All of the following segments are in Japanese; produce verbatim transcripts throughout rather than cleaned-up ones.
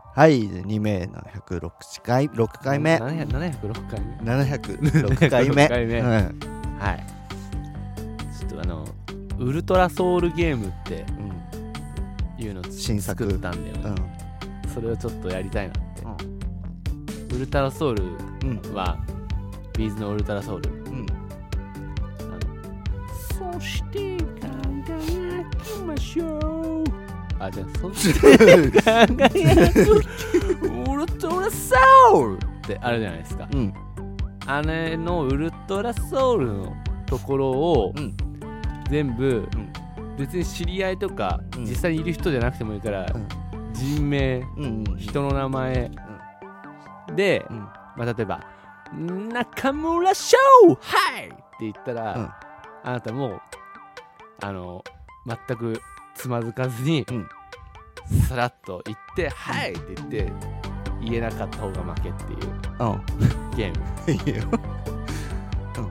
はい、にめいななひゃくろくかいろっかいめななひゃくろっかいめななひゃくろっかいめ回目、うん、はいちょっとあのウルトラソウルゲームっていうのを新作作ったんだよ、うん、それをちょっとやりたいなって、うん、ウルトラソウルは、うん、ビーズのウルトラソウル、うん、あのそして輝きましょうあ、じゃあそして輝くウルトラソウルってあるじゃないですか、うん、あれのウルトラソウルのところを、うん、全部、うん、別に知り合いとか、うん、実際にいる人じゃなくてもいいから、うん、人名、うんうん、人の名前、うん、で、うんまあ、例えば中村翔はいって言ったら、うん、あなたもあの全くつまずかずに、うん、さらっと言ってはいって言って言えなかった方が負けっていう、うん、ゲームいいよ、うん、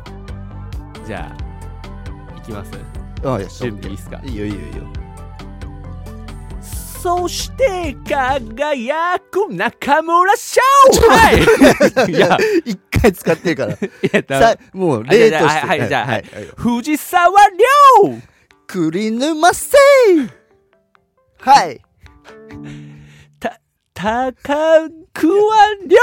じゃあいきます。 ああ準備いいっすか。 いいよいいよいいよ。 そして輝く中村翔はいいや一回使ってるからいやさもう例としてはい、はい、じゃあ、はい、藤沢亮栗沼せいはいた高桑亮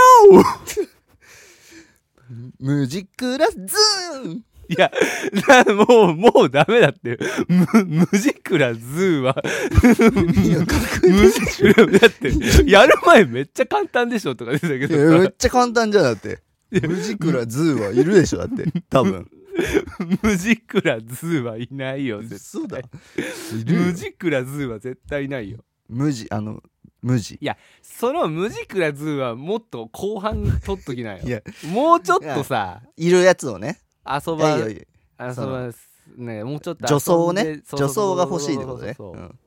ムジクラズーンいやもうもうダメだってムムジクラズーはムジクラだってやる前めっちゃ簡単でしょとか出たけどめっちゃ簡単じゃんだってムジクラズーはいるでしょだって多分ムジクラズーはいないよ絶対。 だムジクラズーは絶対いないよ。 ムジあの無地いやそのムジクラズーはもっと後半に取っときなよいやもうちょっとさい, いるやつをね遊ば遊ばねもうちょっと女装ね女装が欲しいってことね。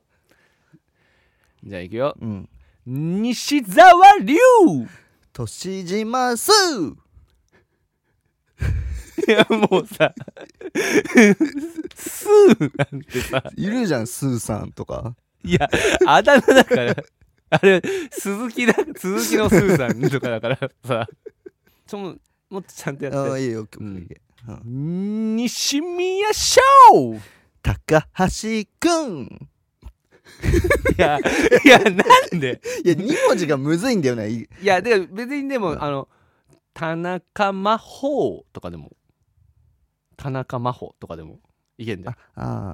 じゃあいくよ、うん、西沢龍年島すいやもうさスーなんてさいるじゃんスーさんとかいやあだ名だからあれ鈴木だ鈴木のスーさんとかだからさちょももっとちゃんとやってああいいよ、うん、 西宮翔高橋くんいやいやなんでいやに文字がむずいんだよね。 いやで別にでも、うん、あの田中真帆とかでも田中真帆とかでもいけんだよ。ああ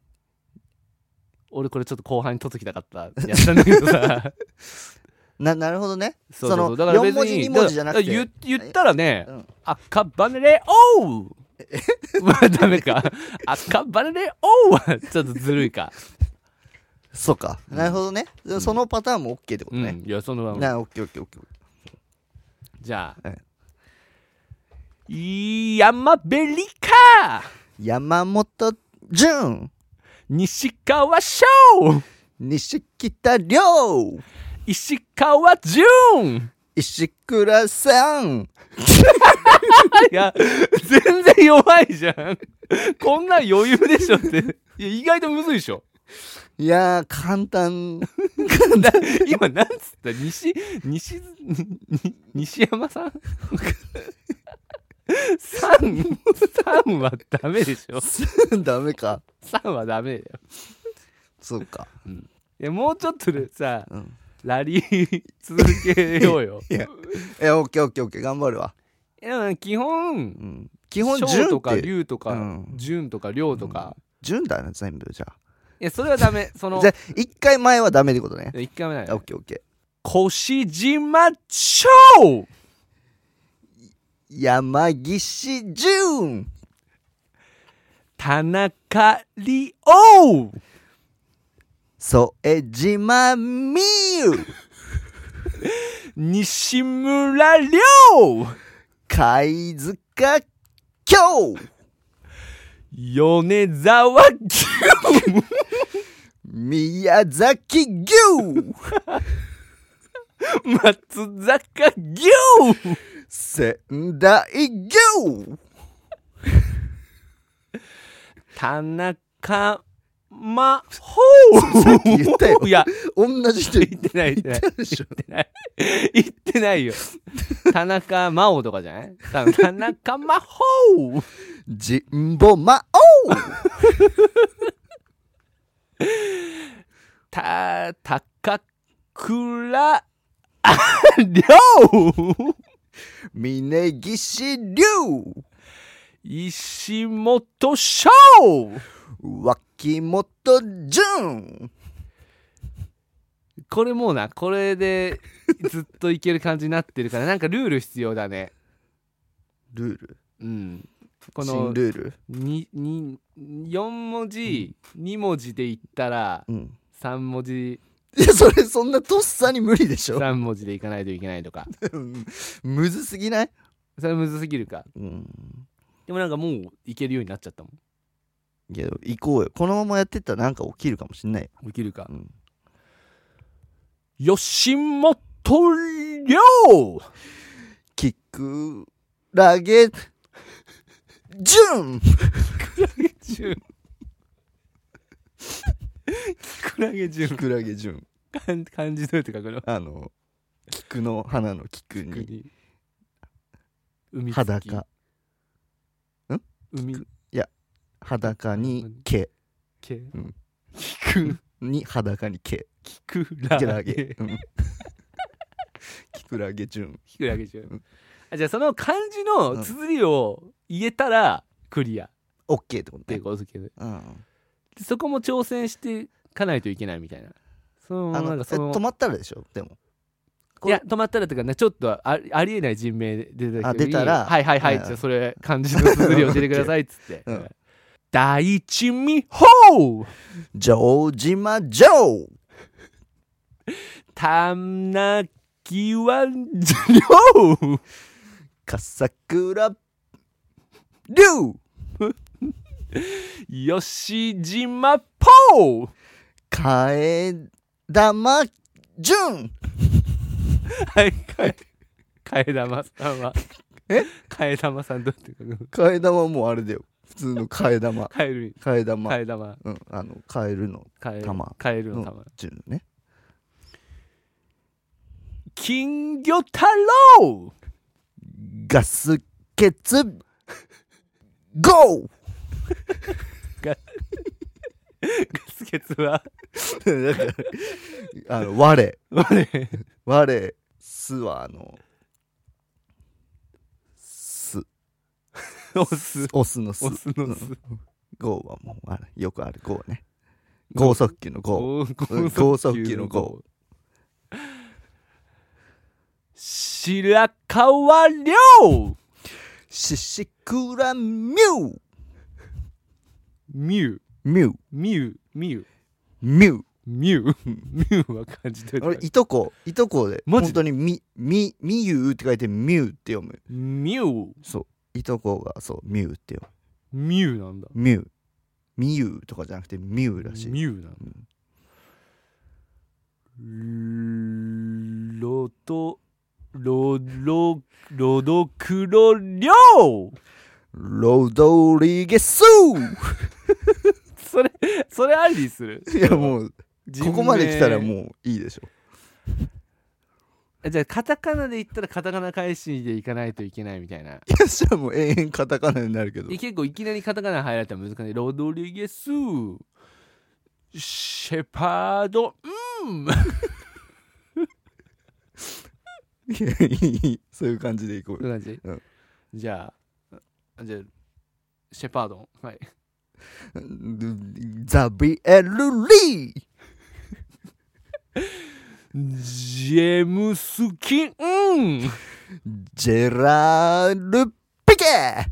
俺これちょっと後半に取っときたかったやったんだけどさな, なるほどね。 そうそうそうだから別によん文字に文字じゃなくて言, 言ったらね、うん、赤羽レオーまあダメか赤羽レオーはちょっとずるいかそうか、うん、なるほどね、うん、そのパターンも OK ってことね、 うん、いやそのな OKOKOK じゃあ、はい、山べりか山本潤西川翔西北亮石川潤石倉さんいや全然弱いじゃんこんな余裕でしょっていや意外とむずいでしょ。 いやー簡単今なんつった西西西山さんさんさんはダメでしょダメかさんはダメだよ。 そうか、 うん、いやもうちょっとでさ、うん、ラリー続けようよいやいやオッケーオッケーオッケー頑張るわ。 いや基本、うん、 基本順とか龍とか順、うん、とか亮とか順、うん、だな全部じゃあ。 いやそれはダメそのじゃあ一回前はダメってことね。 一回目ない、 オッケーオッケー。越島翔山岸潤田中理央副島美優西村亮貝塚京米沢牛宮崎牛松坂牛仙台牛田中真帆さっき言ったよ。 いや同じ人言ってない言ってない言ったでしょ。 言ってない言ってないよ。田中真央とかじゃない？多分田中真帆神保魔王た高倉涼峯岸龍石本翔脇本潤。 これもうな、これでずっといける感じになってるから、なんかルール必要だね。 ルール、 うん。こ新のルール、 にによん文字、うん、に文字で言ったら、うん、さん文字。 いやそれそんなとっさに無理でしょ。 さん文字でいかないといけないとかむずすぎない？ それむずすぎるか、 うん、 でもなんかもういけるようになっちゃったもん。 いや行こうよ。このままやってったらなんか起きるかもしんないよ。 起きるか、うん、 吉本涼キクラゲ潤キクラゲ潤キクラゲ潤キクラゲ潤漢字どうやって書くの？ あの菊の花の菊に海裸ん海いや裸に毛毛、 うん、 菊に裸に毛キクラゲ、 うん、キクラゲ潤キクラゲ潤、うん、あじゃあその漢字の綴りを言えたらクリア、 オッケーってことね。 っていうことで、 うん、 そこも挑戦していかないといけないみたいな。そのあのなんかその止まったらでしょ。でもいや止まったらとかね、ちょっと あ, ありえない人名で出たあ出たらはいはいはい、じゃあそれ漢字の綴りを教えてくださいっつって、うん、第一美穂城島城玉木は亮笠倉龍吉島ポー替玉潤はい替玉さんはえ替玉さんどうっていうか替玉はもうあれだよ。普通の替玉替える替玉替玉うんあのカエルの玉カエルの玉潤ね。 金魚太郎ガスケツゴーガスケツはだからあの我我我すはあのすオスオスのすオスのすゴーはもうあれよくあるゴーね。剛速球のゴー剛速球のゴー白川亮獅子倉ミュウミュウミュウミュウミュウミュウミュウミュウは感じてる。 俺いとこいとこで本当にみみみゆうって書いてミュウって読む。 ミュウそういとこがそうミュウって読む。ミュウなんだ。 ミュウミユウとかじゃなくてミュウらしい。 ミュウなんだ、うん、ロトロロロドクロリョウロドリゲスそれそれありにする。 いやもうここまで来たらもういいでしょ。 じゃあカタカナで言ったらカタカナ返しでいかないといけないみたいな。いやじゃあもう永遠カタカナになるけど。 結構いきなりカタカナ入られたら難しい。ロドリゲスシェパードうんいやいいそういう感じでいこう。 そういう感じ、 うん、 じゃあじゃあシェパードはいザビエルリージェームス・キンジェラール・ピケ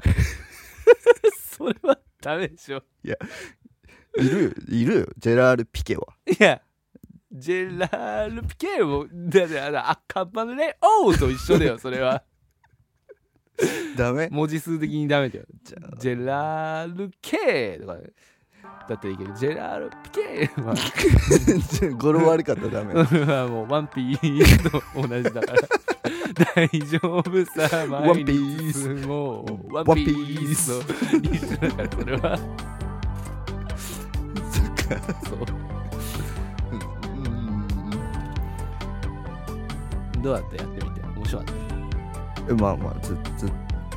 それはダメでしょ。 いやいるよいるよジェラール・ピケは。 いやジェラール・ピケもだって赤羽レオーと一緒だよそれはダメ文字数的にダメだよ。ジェラール・ケとかだっていける。ジェラール・ピケは語呂悪かったらダメ。 それはもうワンピースと同じだから大丈夫さワンピースもうワンピースの一緒だからそれはそっかそうどうだったやってみて面白かったまあまあずず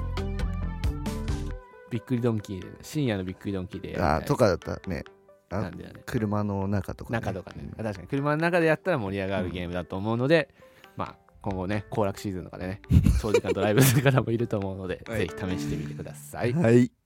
びっくりドンキー深夜のびっくりドンキーでやりたいあとかだったらねあなんだよね車の中とか、ね、 中とかね、うん、確かに車の中でやったら盛り上がるゲームだと思うので、うん、まあ今後ね行楽シーズンとかでね長時間ドライブする方もいると思うので、はい、ぜひ試してみてください。 はい。